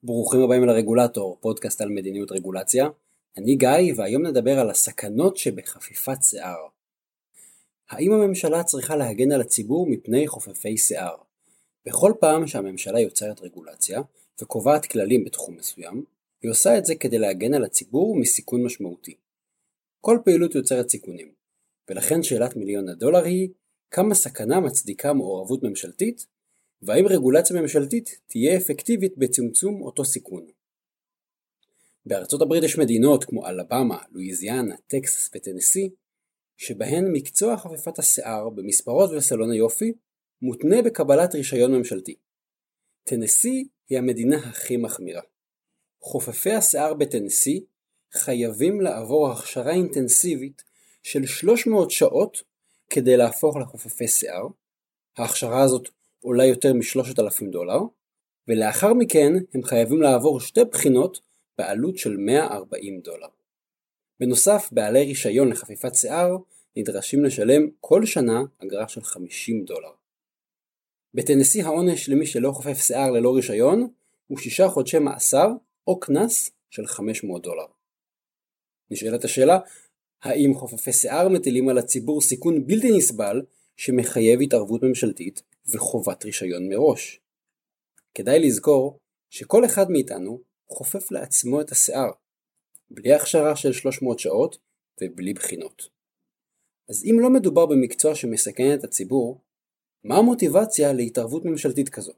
ברוכים הבאים לרגולטור, פודקאסט על מדיניות רגולציה. אני גיא, והיום נדבר על הסכנות שבחפיפת שיער. האם הממשלה צריכה להגן על הציבור מפני חופפי שיער? בכל פעם שהממשלה יוצרת רגולציה וקובעת כללים בתחום מסוים, היא עושה את זה כדי להגן על הציבור מסיכון משמעותי. כל פעילות יוצרת סיכונים, ולכן שאלת מיליון הדולר היא, כמה סכנה מצדיקה מעורבות ממשלתית? והאם רגולציה ממשלתית תהיה אפקטיבית בצמצום אותו סיכון? בארצות הברית יש מדינות כמו אלבמה, לואיזיאנה, טקסס וטנסי, שבהן מקצוע חפיפת השיער במספרות וסלון היופי מותנה בקבלת רישיון ממשלתי. טנסי היא המדינה הכי מחמירה. חופפי השיער בטנסי חייבים לעבור הכשרה אינטנסיבית של 300 שעות כדי להפוך לחופפי שיער. ההכשרה הזאת עולה יותר $3,000, ולאחר מכן הם חייבים לעבור 2 בחינות בעלות של $140. בנוסף, בעלי רישיון לחפיפת שיער נדרשים לשלם כל שנה אגרה של $50. בטנסי העונש למי שלא חופף שיער ללא רישיון הוא 6 חודשי מאסר או קנס של $500. נשאלת השאלה, האם חופפי שיער מטילים על הציבור סיכון בלתי נסבל שמחייב התערבות ממשלתית וחובת רישיון מראש? כדאי לזכור שכל אחד מאיתנו חופף לעצמו את השיער, בלי הכשרה של 300 שעות ובלי בחינות. אז אם לא מדובר במקצוע שמסכן את הציבור, מה המוטיבציה להתערבות ממשלתית כזו?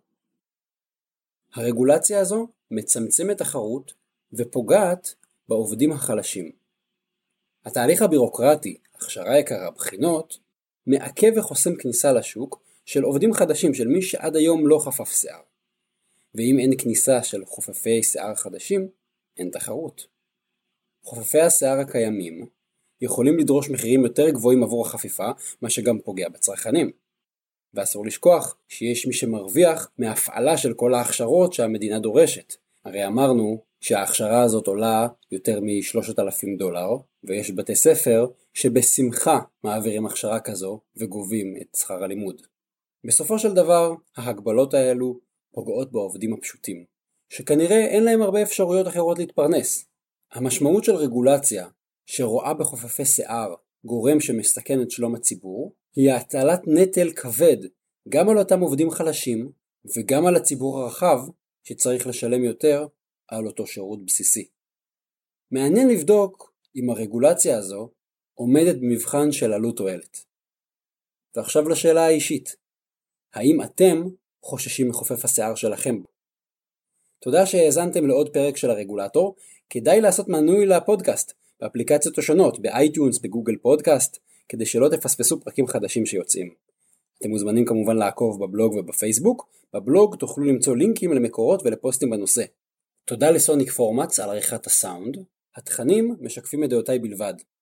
הרגולציה הזו מצמצמת תחרות ופוגעת בעובדים החלשים. התהליך הבירוקרטי, הכשרה יקרה, בחינות, מעכב וחוסם כניסה לשוק של עובדים חדשים, של מי שעד היום לא חפף שיער. ואם אין כניסה של חופפי שיער חדשים, אין תחרות. חופפי השיער הקיימים יכולים לדרוש מחירים יותר גבוהים עבור החפיפה, מה שגם פוגע בצרכנים. ואסור לשכוח שיש מי שמרוויח מהפעלה של כל ההכשרות שהמדינה דורשת. הרי אמרנו שההכשרה הזאת עולה יותר $3,000, ויש בתי ספר שבשמחה מעבירים הכשרה כזו וגובים את שכר הלימוד. בסופו של דבר, ההגבלות האלו פוגעות בעובדים הפשוטים, שכנראה אין להם הרבה אפשרויות אחרות להתפרנס. המשמעות של רגולציה שרואה בחופפי שיער גורם שמסכן את שלום הציבור, היא הטלת נטל כבד גם על אותם עובדים חלשים וגם על הציבור הרחב שצריך לשלם יותר על אותו שירות בסיסי. מעניין לבדוק אם הרגולציה הזו עומדת במבחן של עלות תועלת. ועכשיו לשאלה האישית, האם אתם חוששים מחופף השיער שלכם? תודה שהאזנתם לעוד פרק של הרגולטור. כדאי לעשות מנוי לפודקאסט באפליקציות השונות, באייטיונס, בגוגל פודקאסט, כדי שלא תפספסו פרקים חדשים שיוצאים. אתם מוזמנים כמובן לעקוב בבלוג ובפייסבוק. בבלוג תוכלו למצוא לינקים למקורות ולפוסטים בנושא. תודה לסוניק פורמטס על עריכת הסאונד. התכנים משקפים את דעותיי בלבד.